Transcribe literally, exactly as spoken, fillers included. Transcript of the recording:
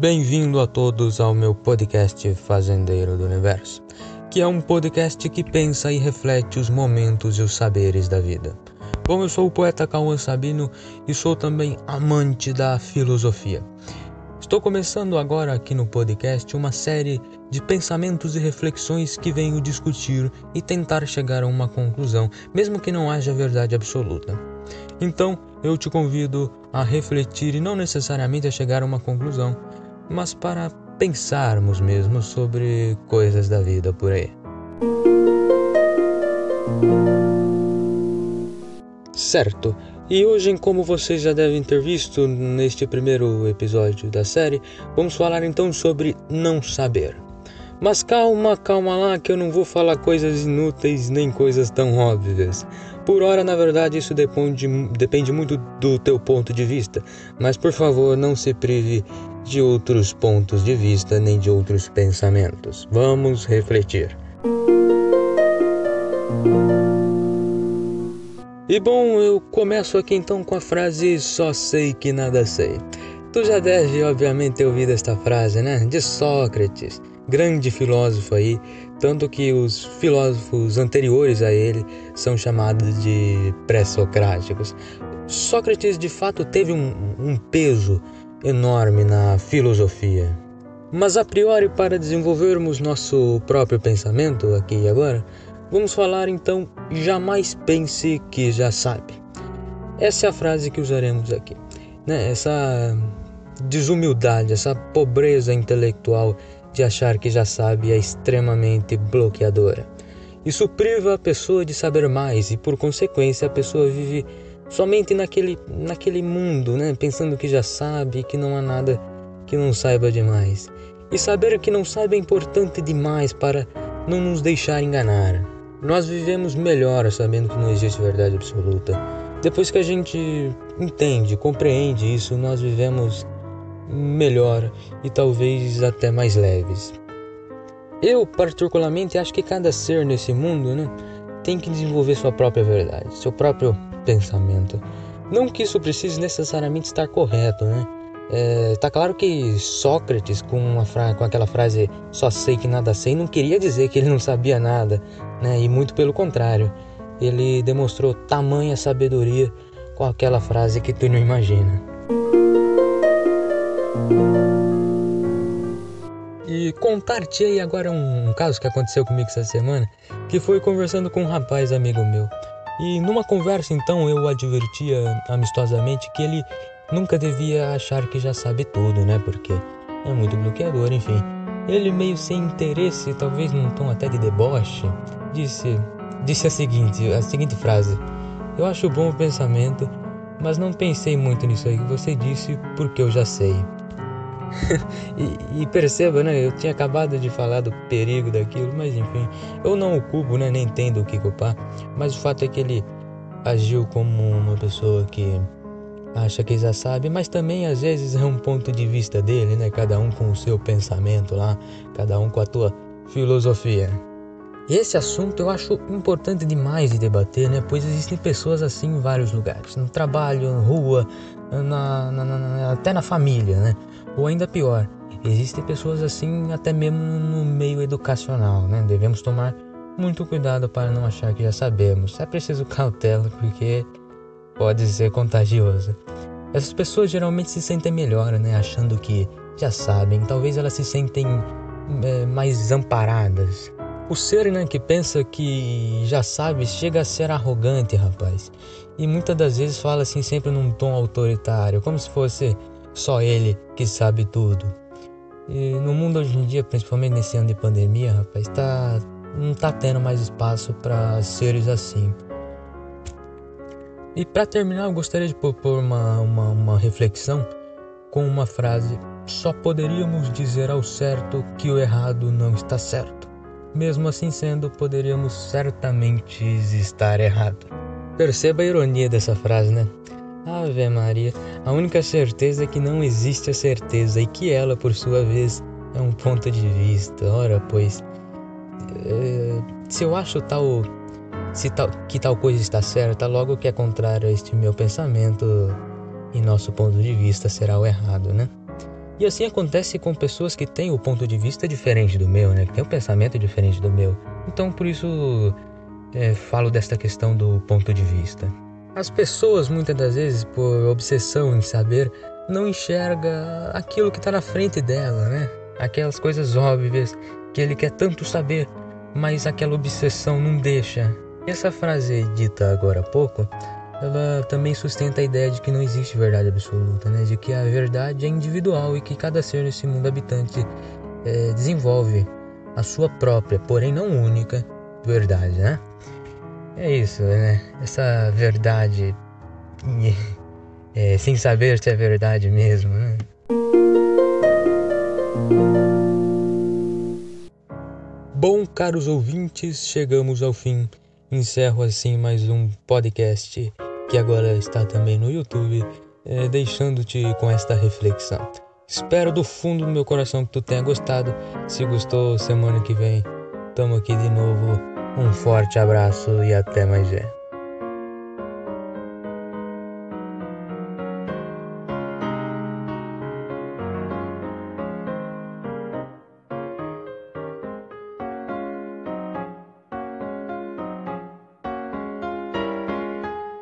Bem-vindo a todos ao meu podcast Fazendeiro do Universo, que é um podcast que pensa e reflete os momentos e os saberes da vida. Bom, eu sou o poeta Cauã Sabino e sou também amante da filosofia. Estou começando agora aqui no podcast uma série de pensamentos e reflexões que venho discutir e tentar chegar a uma conclusão, mesmo que não haja verdade absoluta. Então, eu te convido a refletir e não necessariamente a chegar a uma conclusão, mas para pensarmos mesmo sobre coisas da vida por aí. Certo, e hoje, como vocês já devem ter visto neste primeiro episódio da série, vamos falar então sobre não saber. Mas calma, calma lá, que eu não vou falar coisas inúteis nem coisas tão óbvias. Por hora, na verdade, isso depende, depende muito do teu ponto de vista, mas por favor, não se prive de outros pontos de vista nem de outros pensamentos. Vamos refletir. E bom, eu começo aqui então com a frase "só sei que nada sei". Tu já deve, obviamente, ter ouvido esta frase, né? De Sócrates, grande filósofo aí, tanto que os filósofos anteriores a ele são chamados de pré-socráticos. Sócrates, de fato, teve um, um peso enorme na filosofia. Mas, a priori, para desenvolvermos nosso próprio pensamento aqui e agora, vamos falar então, jamais pense que já sabe. Essa é a frase que usaremos aqui, né? Essa desumildade, essa pobreza intelectual de achar que já sabe é extremamente bloqueadora. Isso priva a pessoa de saber mais e, por consequência, a pessoa vive somente naquele, naquele mundo, né? Pensando que já sabe, que não há nada que não saiba demais. E saber que não sabe é importante demais para não nos deixar enganar. Nós vivemos melhor sabendo que não existe verdade absoluta. Depois que a gente entende, compreende isso, nós vivemos melhor e talvez até mais leves. Eu, particularmente, acho que cada ser nesse mundo, né, tem que desenvolver sua própria verdade, seu próprio pensamento. Não que isso precise necessariamente estar correto, né? É, tá claro que Sócrates, com, uma fra- com aquela frase "só sei que nada sei", não queria dizer que ele não sabia nada, né? E muito pelo contrário, ele demonstrou tamanha sabedoria com aquela frase que tu não imagina. E contar-te aí agora um, um caso que aconteceu comigo essa semana, que foi conversando com um rapaz amigo meu. E numa conversa então eu o advertia amistosamente que ele nunca devia achar que já sabe tudo, né? Porque é muito bloqueador, enfim. Ele, meio sem interesse, talvez num tom até de deboche, disse, disse a seguinte, a seguinte frase: "Eu acho bom o pensamento, mas não pensei muito nisso aí que você disse, porque eu já sei." e, e perceba, né? Eu tinha acabado de falar do perigo daquilo, mas enfim, eu não o culpo, né? Nem entendo o que culpar, mas o fato é que ele agiu como uma pessoa que acha que já sabe, mas também às vezes é um ponto de vista dele, né? Cada um com o seu pensamento lá, cada um com a tua filosofia. E esse assunto eu acho importante demais de debater, né? Pois existem pessoas assim em vários lugares, no trabalho, na rua, na, na, na, até na família, né? Ou ainda pior, existem pessoas assim até mesmo no meio educacional, né? Devemos tomar muito cuidado para não achar que já sabemos. É preciso cautela, porque pode ser contagioso. Essas pessoas geralmente se sentem melhor, né? Achando que já sabem. Talvez elas se sentem é, mais amparadas. O ser, né, que pensa que já sabe chega a ser arrogante, rapaz. E muitas das vezes fala assim sempre num tom autoritário, como se fosse só ele que sabe tudo. E no mundo hoje em dia, principalmente nesse ano de pandemia, rapaz, tá, não tá tendo mais espaço para seres assim. E para terminar, eu gostaria de propor uma, uma, uma reflexão com uma frase: "Só poderíamos dizer ao certo que o errado não está certo. Mesmo assim sendo, poderíamos certamente estar errado." Perceba a ironia dessa frase, né? Ave Maria, a única certeza é que não existe a certeza e que ela, por sua vez, é um ponto de vista. Ora, pois, é, se eu acho tal... Se tal, que tal coisa está certa, logo que é contrário a este meu pensamento, e nosso ponto de vista será o errado, né? E assim acontece com pessoas que têm o ponto de vista diferente do meu, né? Que têm o pensamento diferente do meu. Então, por isso, é, falo desta questão do ponto de vista. As pessoas, muitas das vezes, por obsessão em saber, não enxerga aquilo que está na frente dela, né? Aquelas coisas óbvias que ele quer tanto saber, mas aquela obsessão não deixa. E essa frase dita agora há pouco, ela também sustenta a ideia de que não existe verdade absoluta, né? De que a verdade é individual e que cada ser nesse mundo habitante é, desenvolve a sua própria, porém não única, verdade, né? É isso, né? Essa verdade é, sem saber se é verdade mesmo, né? Bom, caros ouvintes, chegamos ao fim. Encerro assim mais um podcast que agora está também no YouTube, é, deixando-te com esta reflexão. Espero do fundo do meu coração que tu tenha gostado. Se gostou, semana que vem tamo aqui de novo. Um forte abraço e até mais ver.